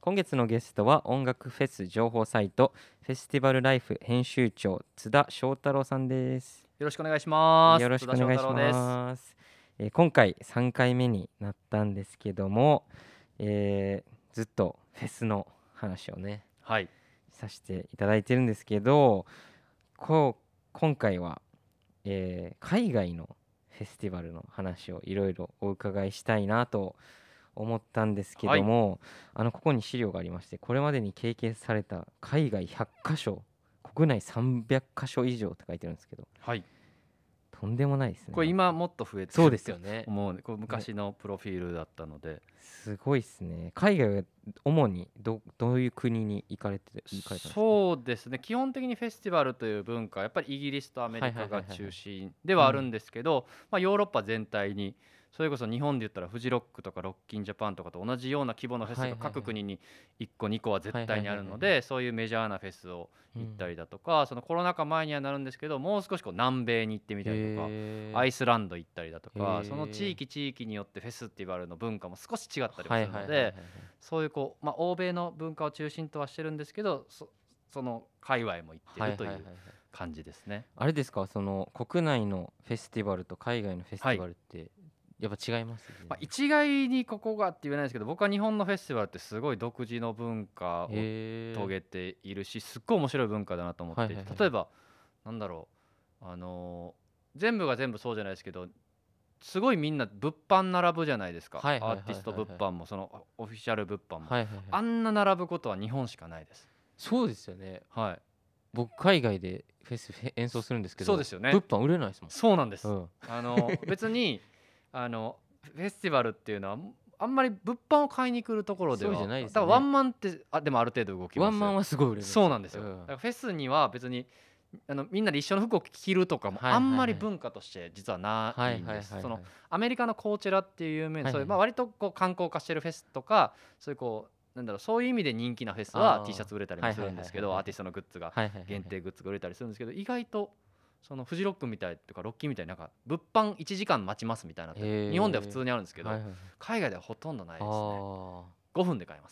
今月のゲストは音楽フェス情報サイトフェスティバルライフ編集長津田翔太郎さんです。 よろしくお願いします。 よろしくお願いします。今回3回目になったんですけども、ずっとフェスの話をね、 はい。 させていただいてるんですけど、今回は、海外のフェスティバルの話をいろいろお伺いしたいなと思ったんですけども、ここに資料がありまして、これまでに経験された海外100カ所、国内300カ所以上って書いてるんですけど、 はい。 とんでもないですね。 これ今もっと増えてそうるですよね。 思うね。これ昔のプロフィールだったので、 すごいですね。海外は主にどういう国に行かれたんですか？ そうですね。基本的にフェスティバルという文化はやっぱりイギリスとアメリカが中心ではあるんですけど、ヨーロッパ全体にそれこそ日本で言ったらフジロックとかロッキンジャパンとかと同じような規模のフェスが各国に1個2個は絶対にあるので、そういうメジャーなフェスを行ったりだとか、そのコロナ禍前にはなるんですけど、もう少しこう南米に行ってみたりとか、アイスランド行ったりだとか、その地域によってフェスティバルの文化も少し違ったりもするので、そういうこう、欧米の文化を中心とはしてるんですけど、その界隈も行ってるという感じですね。 あれですか、その国内のフェスティバルと海外のフェスティバルってやっぱ違いますよね。 一概にここがって言えないですけど、僕は日本のフェスティバルってすごい独自の文化を遂げているし、すっごい面白い文化だなと思っていて、例えばなんだろう、全部が全部そうじゃないですけど、すごいみんな物販並ぶじゃないですか。アーティスト物販もそのオフィシャル物販も、あんな並ぶことは日本しかないです。 そうですよね。 はい。 僕海外でフェス演奏するんですけど、 そうですよね。 物販売れないですもん。 そうなんです。別にフェスティバルっていうのはあんまり物販を買いに来るところでは、 そうじゃないですだよね。 からワンマンってでもある程度動きます。 ワンマンはすごい売れるんですよ。 そうなんですよ。だからフェスには別にみんなで一緒の服を着るとかもあんまり文化として実はないんです。そのアメリカのコーチェラっていう有名な、そういう割とこう観光化してるフェスとか、そういうこうなんだろう、そういう意味で人気なフェスは T シャツ売れたりもするんですけど、アーティストのグッズが限定グッズが売れたりするんですけど、意外とそのフジロックみたいとかロッキーみたいになんか物販1時間待ちますみたいなって日本では普通にあるんですけど、海外ではほとんどないですね。5分で買えます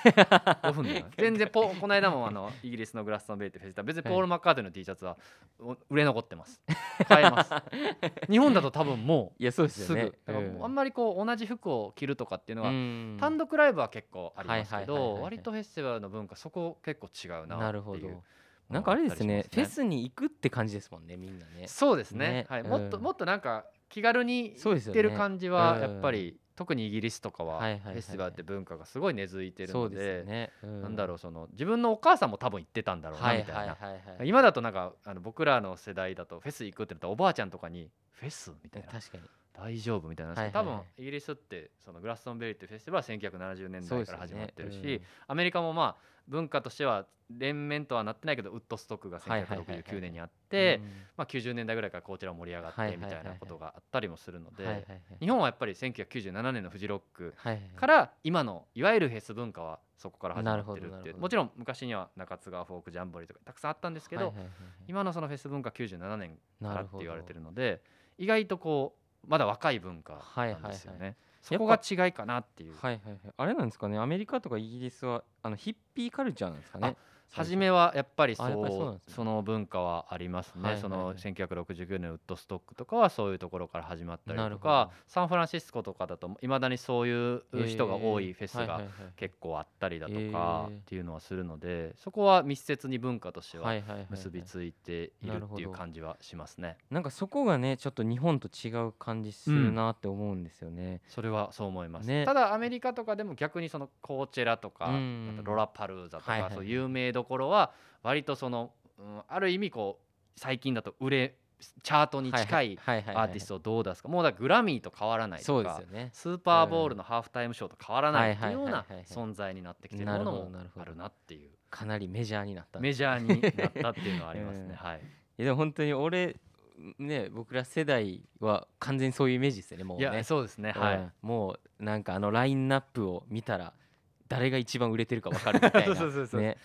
。5分で全然この間もイギリスのグラストンベリーってフェスタ、別にポール・マッカートニーの T シャツは売れ残ってます。買えます。日本だと多分もうすぐ、だからあんまりこう同じ服を着るとかっていうのは単独ライブは結構ありますけど、割とフェスティバルの文化そこ結構違うなっていう。 なんかあれですね、フェスに行くって感じですもんね、みんなね。 そうですね。はい、もっとなんか気軽に行ってる感じはやっぱり、特にイギリスとかはフェスティバルって文化がすごい根付いてるので、なんだろう、その自分のお母さんも多分行ってたんだろうなみたいな。今だとなんか僕らの世代だとフェス行くってなったらおばあちゃんとかにフェスみたいな。確かに。大丈夫みたいな。多分イギリスってそのグラストンベリーってフェスティバルは1970年代から始まってるし、アメリカも文化としては連綿とはなってないけどウッドストックが1969年にあって、90年代ぐらいからこちら盛り上がってみたいなことがあったりもするので、日本はやっぱり1997年のフジロックから今のいわゆるフェス文化はそこから始まってるっていう、もちろん昔には中津川フォークジャンボリーとかたくさんあったんですけど、今のそのフェス文化97年からって言われてるので、意外とこうまだ若い文化なんですよね。そこが違いかなっていう。 あれなんですかね、アメリカとかイギリスはヒッピーカルチャーなんですかね。 初めはやっぱりその文化はありますね。その1969年のウッドストックとかはそういうところから始まったりとか、サンフランシスコとかだといまだにそういう人が多いフェスが結構あったりだとかっていうのはするので、そこは密接に文化としては結びついているっていう感じはしますね。 なんかそこがねちょっと日本と違う感じするなって思うんですよね。 それはそう思います。ただアメリカとかでも逆にそのコーチェラとかロラパルーザとかそういう有名どころは割とそのある意味こう最近だとチャートに近いアーティストをどう出すか、もうだからグラミーと変わらないとか、スーパーボールのハーフタイムショーと変わらないっていうような存在になってきてるものもあるなっていう。 かなりメジャーになった。 メジャーになったっていうのはありますね。はい。 でも本当に僕ら世代は完全にそういうイメージですよね。もうね。 いやそうですね。はい。 もうなんかラインナップを見たら誰が一番売れてるか分かるみたいな。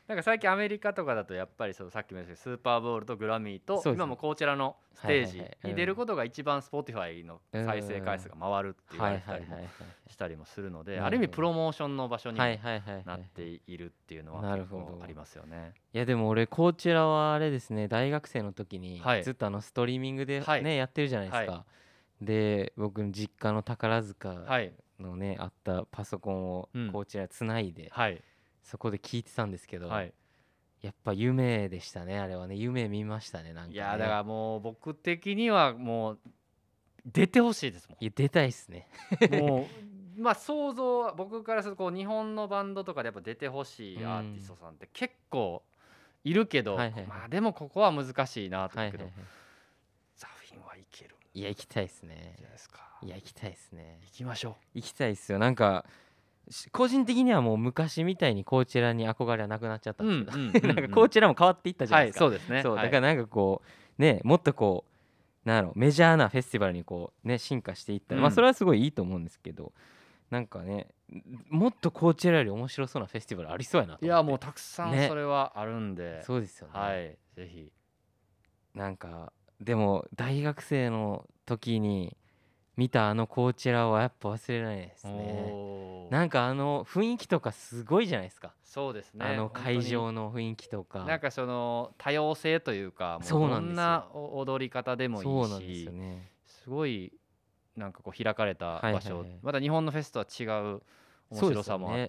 なんか最近アメリカとかだとやっぱりそのさっきも言ったスーパーボールとグラミーと今もこちらのステージに出ることが一番 Spotify の再生回数が回るって言われたりもしたりもするので、ある意味プロモーションの場所にもなっているっていうのは結構ありますよね。 いやでも俺こちらはあれですね、大学生の時にずっとストリーミングでねやってるじゃないですか。で僕の実家の宝塚のねあったパソコンをこちらつないでそこで聞いてたんですけど、やっぱ夢でしたね、あれはね。夢見ましたね、なんかね。 いやだからもう僕的にはもう出てほしいですもん。 いや出たいっすねもうまあ想像、僕からするとこう日本のバンドとかでやっぱ出てほしいアーティストさんって結構いるけど、まあでもここは難しいなと思うけど、ザフィンはいける。 いや行きたいっすね。 じゃないですか。 いや行きたいっすね。 行きましょう。 行きたいっすよ。なんか個人的にはもう昔みたいにこちらに憧れはなくなっちゃったんですけど、なんかこちらも変わっていったじゃないですか。 そうですね。 そうだからなんかこうね、もっとこうなんだろう、メジャーなフェスティバルにこうね進化していったら、まあそれはすごいいいと思うんですけど、なんかねもっとこちらより面白そうなフェスティバルありそうやなと思って。 いやもうたくさんそれはあるんで、 そうですよね。 はい、ぜひ。 なんかでも大学生の時に見たこちらはやっぱ忘れられないですね。なんか雰囲気とかすごいじゃないですか。 そうですね。 会場の雰囲気とか、 なんかその多様性というか、もうどんな踊り方でもいいし、すごいなんかこう開かれた場所、また日本のフェスとは違う面白さもあって、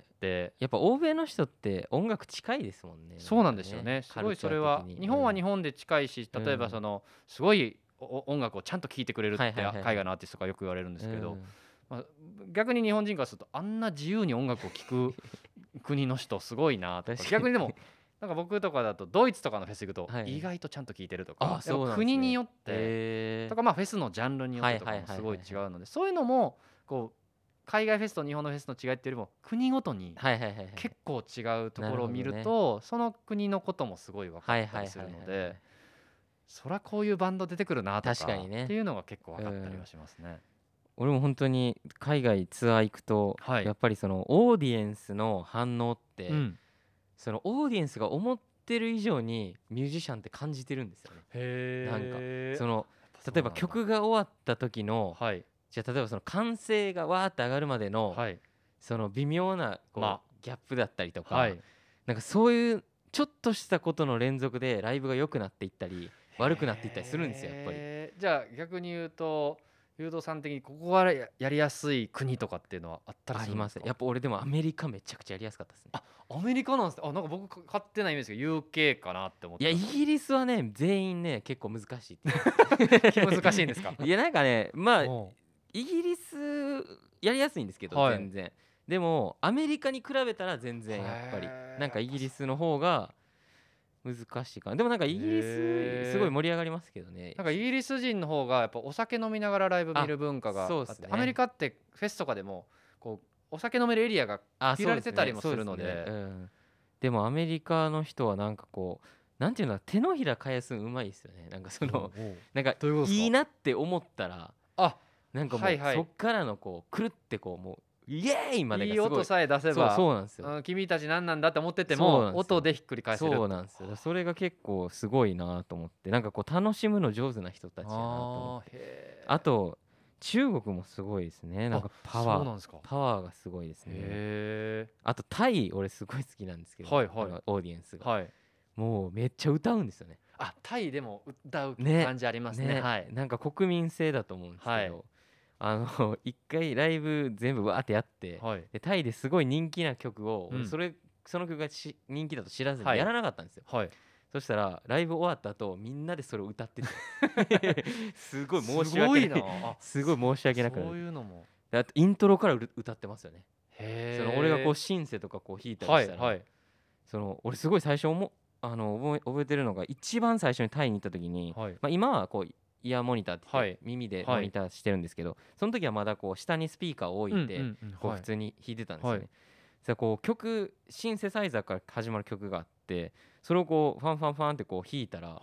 やっぱ欧米の人って音楽近いですもんね。 そうなんですよね。すごいそれは日本は日本で近いし、例えばそのすごい音楽をちゃんと聴いてくれるって海外のアーティストがよく言われるんですけど、逆に日本人からするとあんな自由に音楽を聴く国の人すごいなとか、逆にでもなんか僕とかだとドイツとかのフェス行くと意外とちゃんと聴いてるとか、国によってとか、まあフェスのジャンルによってとかもすごい違うので、そういうのもこう海外フェスと日本のフェスの違いっていうよりも国ごとに結構違うところを見るとその国のこともすごい分かったりするので、そりゃこういうバンド出てくるなとかっていうのが結構分かったりはしますね。 俺も本当に海外ツアー行くとやっぱりそのオーディエンスの反応ってそのオーディエンスが思ってる以上にミュージシャンって感じてるんですよね。なんかその例えば曲が終わった時のじゃあ例えばその歓声がわーって上がるまでのその微妙なこうギャップだったりとか、なんかそういうちょっとしたことの連続でライブが良くなっていったり悪くなっていったりするんですよ、やっぱり。 じゃあ逆に言うとゆうとさん的にここがやりやすい国とかっていうのはあったりするんですか？ あります。やっぱ俺でもアメリカめちゃくちゃやりやすかったですね。 あ、アメリカなんですね。なんか僕勝手なイメージですけど UK かなって思って。 いやイギリスはね全員ね結構難しい難しいんですか？ いやなんかねまあイギリスやりやすいんですけど、全然でもアメリカに比べたら全然やっぱりなんかイギリスの方が難しいかな。でもなんかイギリスすごい盛り上がりますけどね。 なんかイギリス人の方がやっぱお酒飲みながらライブ見る文化があって、アメリカってフェスとかでもこうお酒飲めるエリアが決められてたりもするので、 でもアメリカの人はなんかこうなんていうの、手のひら返すのうまいですよね。なんかそのなんかいいなって思ったらなんかもうそっからのこうくるってこうもうイエーイまでがすごいいい音さえ出せば、 そうなんですよ。 君たち何なんだって思ってても音でひっくり返せる。 そうなんですよ。それが結構すごいなと思って、なんかこう楽しむの上手な人たちやなと思って。あと中国もすごいですね。なんかパワーがすごいですね。あとタイ俺すごい好きなんですけど、オーディエンスがもうめっちゃ歌うんですよね。 タイでも歌う感じありますね。 なんか国民性だと思うんですけど、一回ライブ全部わーってやって、でタイですごい人気な曲を、その曲が人気だと知らずにやらなかったんですよ。そしたらライブ終わった後みんなでそれを歌っててすごい申し訳ないすごい申し訳なくなる。 そういうのもあとイントロから歌ってますよね。その俺がこうシンセとかこう弾いたりしたら、その俺すごい最初覚えてるのが、一番最初にタイに行った時に、今はこうイヤーモニターって言って耳でモニターしてるんですけど、その時はまだこう下にスピーカーを置いてこう普通に弾いてたんですよね。こう曲シンセサイザーから始まる曲があって、それをこうファンファンファンってこう弾いたら、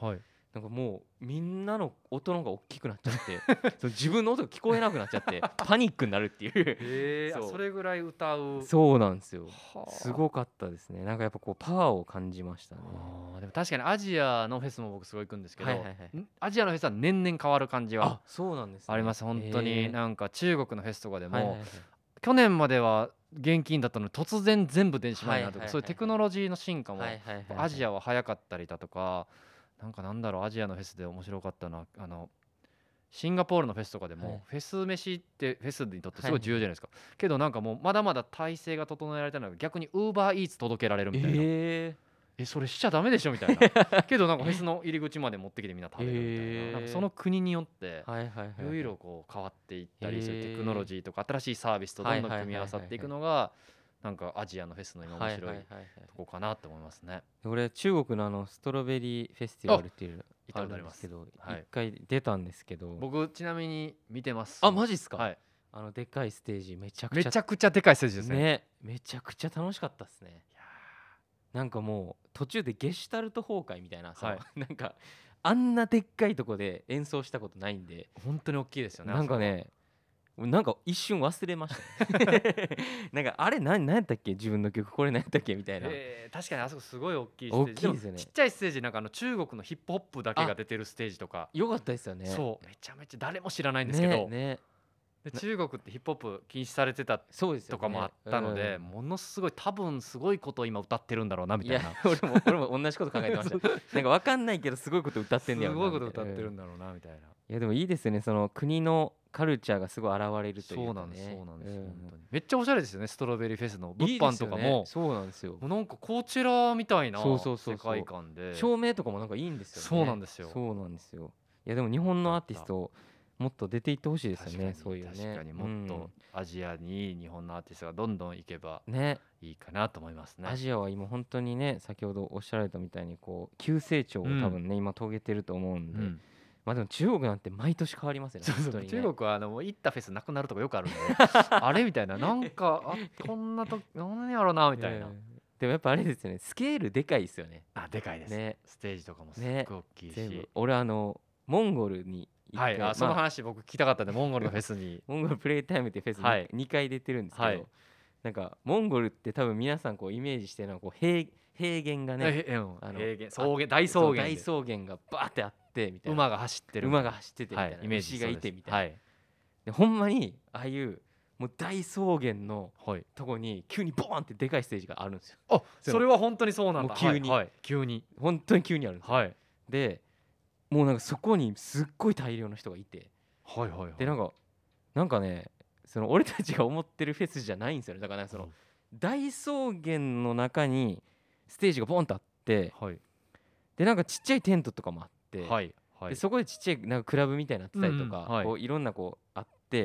なんかもうみんなの音の方が大きくなっちゃってその自分の音が聞こえなくなっちゃってパニックになるっていうそれぐらい歌う。 そうなんですよ。すごかったですね。なんかやっぱこうパワーを感じましたね。 でも確かにアジアのフェスも僕すごい行くんですけど、アジアのフェスは年々変わる感じはあります。本当になんか中国のフェスとかでも去年までは現金だったのに突然全部電子マネーになるとか、そういうテクノロジーの進化もアジアは早かったりだとか、なんだろう、アジアのフェスで面白かったのはシンガポールのフェスとかでもフェス飯ってフェスにとってすごい重要じゃないですか。けどなんかもうまだまだ体制が整えられてないのが逆にウーバーイーツ届けられるみたいな、それしちゃダメでしょみたいなけどなんかフェスの入り口まで持ってきてみんな食べるみたいな、なんかその国によっていろいろこう変わっていったり、そういうテクノロジーとか新しいサービスとどんどん組み合わさっていくのがなんかアジアのフェスの今面白いとこかなと思いますね。 俺中国のストロベリーフェスティバルっていうあるんですけど、一回出たんですけど、 僕ちなみに見てます。 あ、マジっすか。はい、でかいステージめちゃくちゃでかいステージですね。めちゃくちゃ楽しかったっすね。なんかもう途中でゲシュタルト崩壊みたいなさ、なんかあんなでっかいとこで演奏したことないんで、 本当に大きいですよね。 なんかね、なんか一瞬忘れましたねなんかあれ何やったっけ、自分の曲これ何やったっけみたいな。 確かにあそこすごい大きいステージ、大きいですよね。ちっちゃいステージ、なんか中国のヒップホップだけが出てるステージとかよかったですよね。 そうめちゃめちゃ誰も知らないんですけど、で中国ってヒップホップ禁止されてたとかもあったので、ものすごい多分すごいことを今歌ってるんだろうなみたいな。 俺も同じこと考えてましたなんか分かんないけどすごいこと歌ってんねやろな、 すごいこと歌ってるんだろうなみたいな。いやでもいいですね、その国のカルチャーがすごい現れるというかね。 そうなんです、本当にめっちゃおしゃれですよね。ストロベリーフェスの物販とかもそうなんですよ。 なんかこちらみたいな世界観で、 照明とかもなんかいいんですよね。 そうなんですよ。 いやでも日本のアーティストもっと出ていってほしいですよね。そういうね、 確かにもっとアジアに日本のアーティストがどんどん行けばいいかなと思いますね。 アジアは今本当にね、先ほどおっしゃられたみたいにこう急成長を多分ね、今遂げてると思うんで、まあでも中国なんて毎年変わりますよね。 中国はもう行ったフェスなくなるとかよくあるんであれみたいな、なんかこんなと何やろなみたいな。 でもやっぱあれですよね、スケールでかいですよね。 でかいですね。ステージとかもすっごい大きいし、 俺モンゴルにその話僕聞きたかったんで、モンゴルのフェスにモンゴルプレイタイムってフェスに2回出てるんですけど、なんかモンゴルって多分皆さんこうイメージしてるのはこう平原がね、大草原がバーってあってみたいな、 馬が走っててみたいな、 イメージがいてみたいな、でほんまにああいうもう大草原のとこに急にボーンってでかいステージがあるんですよ。 それは本当にそうなんだ。 急に本当に急にあるんですよ。でもうなんかそこにすっごい大量の人がいて、でなんかね、その俺たちが思ってるフェスじゃないんですよね。だからその大草原の中にステージがボンとあって、でなんかちっちゃいテントとかもあって、でそこでちっちゃいなんかクラブみたいになってたりとか、こういろんなこうあって、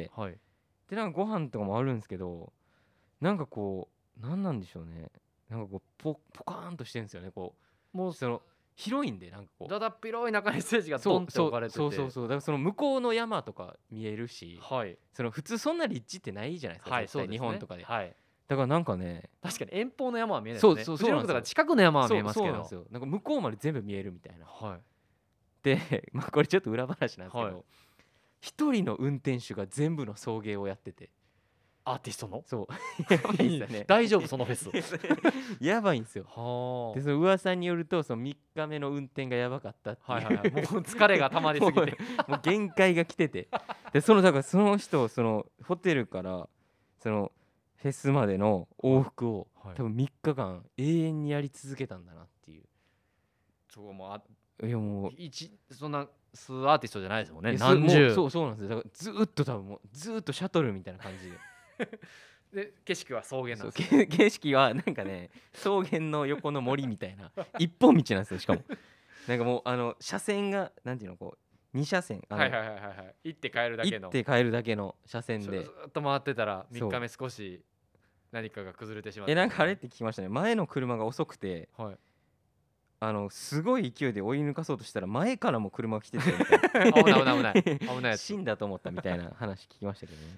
でなんかご飯とかもあるんですけど、なんかこうなんでしょうね、なんかこうポカーンとしてるんですよね。こうもうその広いんで、なんかこうだだっ広い中にステージがドンって置かれてて、 だからその向こうの山とか見えるし、その普通そんな立地ってないじゃないですか、絶対日本とかで。だからなんかね、 確かに遠方の山は見えないですね。後ろとか近くの山は見えますけど、 なんか向こうまで全部見えるみたいな。でまあこれちょっと裏話なんですけど、一人の運転手が全部の送迎をやってて、 アーティストのやばいんですよね。 大丈夫そのフェスやばいんですよ。でその噂によると、その3日目の運転がやばかったっていう、 もう疲れが溜まりすぎてもう限界が来てて、でだからその人、そのホテルからそのフェスまでの往復を多分3日間永遠にやり続けたんだなっていう。 いやもうそんな数アーティストじゃないですもんね。何十そうなんですよ。だからずっと多分もうずっとシャトルみたいな感じでで景色は草原なんですよ。景色はなんかね、草原の横の森みたいな一本道なんですよ。しかもなんかもう車線がなんていうの、こう2車線、 行って帰るだけの車線でずっと回ってたら3日目少し何かが崩れてしまって、 なんかあれって聞きましたね。前の車が遅くて、すごい勢いで追い抜かそうとしたら前からも車が来ててみたいな危ない死んだと思ったみたいな話聞きましたけどね。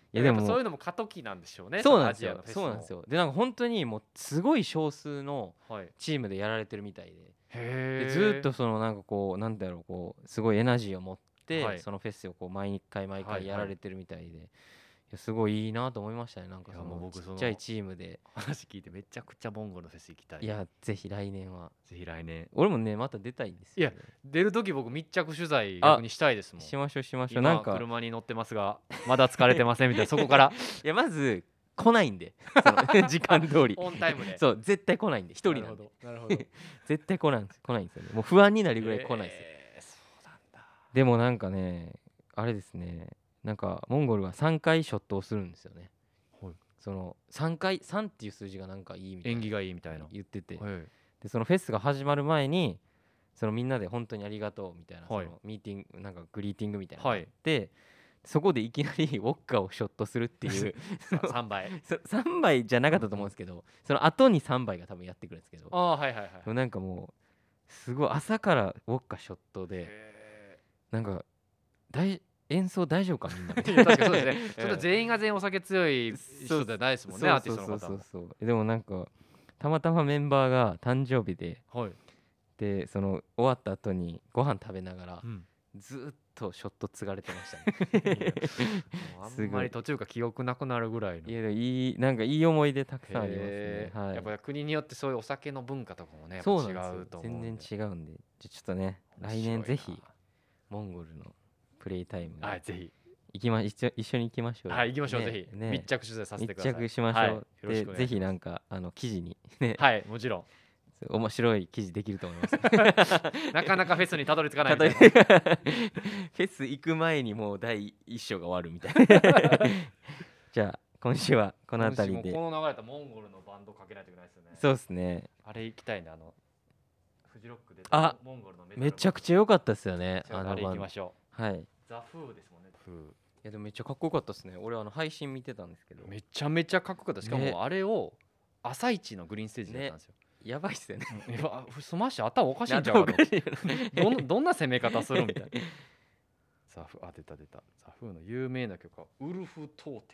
いやでもそういうのも過渡期なんでしょうね。 そうなんですよ。そうなんですよ。でなんか本当にもうすごい少数のチームでやられてるみたいで、でずっとそのなんかこうなんだろうこうすごいエナジーを持ってそのフェスをこう毎回やられてるみたいで。すごいいいなと思いましたね。なんかそのちっちゃいチームで話聞いてめちゃくちゃモンゴルのフェス行きたい。 いやぜひ来年は。 ぜひ来年。 俺もねまた出たいんですよ、 ね。いや出る時僕密着取材逆にしたいですもん。 しましょうしましょう。なんか車に乗ってますがまだ疲れてませんみたいなそこからいやまず来ないんで時間通りオンタイムでそう絶対来ないんで一人なんで。なるほど絶対来ないんですよね。もう不安になるぐらい来ないですよ。そうなんだ。でもなんかねあれですね。なんかモンゴルは3回ショットをするんですよね。はい、その3っていう数字がなんかいいみたいな縁起がいいみたいな言ってて、 はい、 でそのフェスが始まる前にそのみんなで本当にありがとうみたいな、はい、そのミーティングなんかグリーティングみたいなのがあって、はい、そこでいきなりウォッカをショットするっていう 3杯 3杯じゃなかったと思うんですけど、その後に3杯が多分やってくるんですけど、 はいはいはい、 なんかもうすごい朝からウォッカショットでなんか演奏大丈夫かみんなみたいな。 確かにそうですね。ちょっと全員が全員お酒強い人じゃないですもんね、アーティストの方も。 そうでもなんかたまたまメンバーが誕生日で、はい、でその終わった後にご飯食べながら、ずっとショット継がれてましたね。 あんまり途中から記憶なくなるぐらいの。 いやなんかいい思い出たくさんありますね。 はい、やっぱり国によってそういうお酒の文化とかもね違うと思う。 全然違うんで、ちょっとね来年ぜひモンゴルのプレイタイム、 はい、ぜひ一緒に行きましょう。 はい、行きましょう、ぜひ密着取材させてください。 密着しましょう。でぜひなんか記事にね、 はい、もちろん面白い記事できると思います。 なかなかフェスにたどり着かないみたいな。 フェス行く前にもう第一章が終わるみたいな。じゃあ今週はこの辺りで。 この流れたモンゴルのバンドかけないといけないですよね。 そうですね。 あれ行きたいね、フジロックでモンゴルのめちゃくちゃ良かったですよね。 あれ行きましょう。はい。 ザ・フーですもんね。 いやでもめっちゃかっこよかったですね。俺配信見てたんですけど。 めちゃめちゃかっこよかった。しかもあれを朝一のグリーンステージでやったんですよ。 やばいっすよね。 スマッシュ頭おかしいんちゃうかと。どんな攻め方するみたいな。ザフ出た。ザフーの有名な曲はウルフトーテ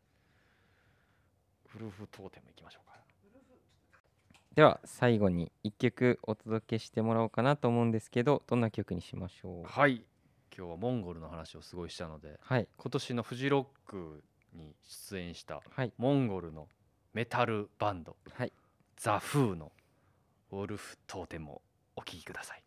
ム。行きましょうか。 では最後に1曲お届けしてもらおうかなと思うんですけど、どんな曲にしましょう。 はい、今日はモンゴルの話をすごいしたので、はい、今年のフジロックに出演したモンゴルのメタルバンド、はい、ザ・フーのウルフトーテムをお聴きください。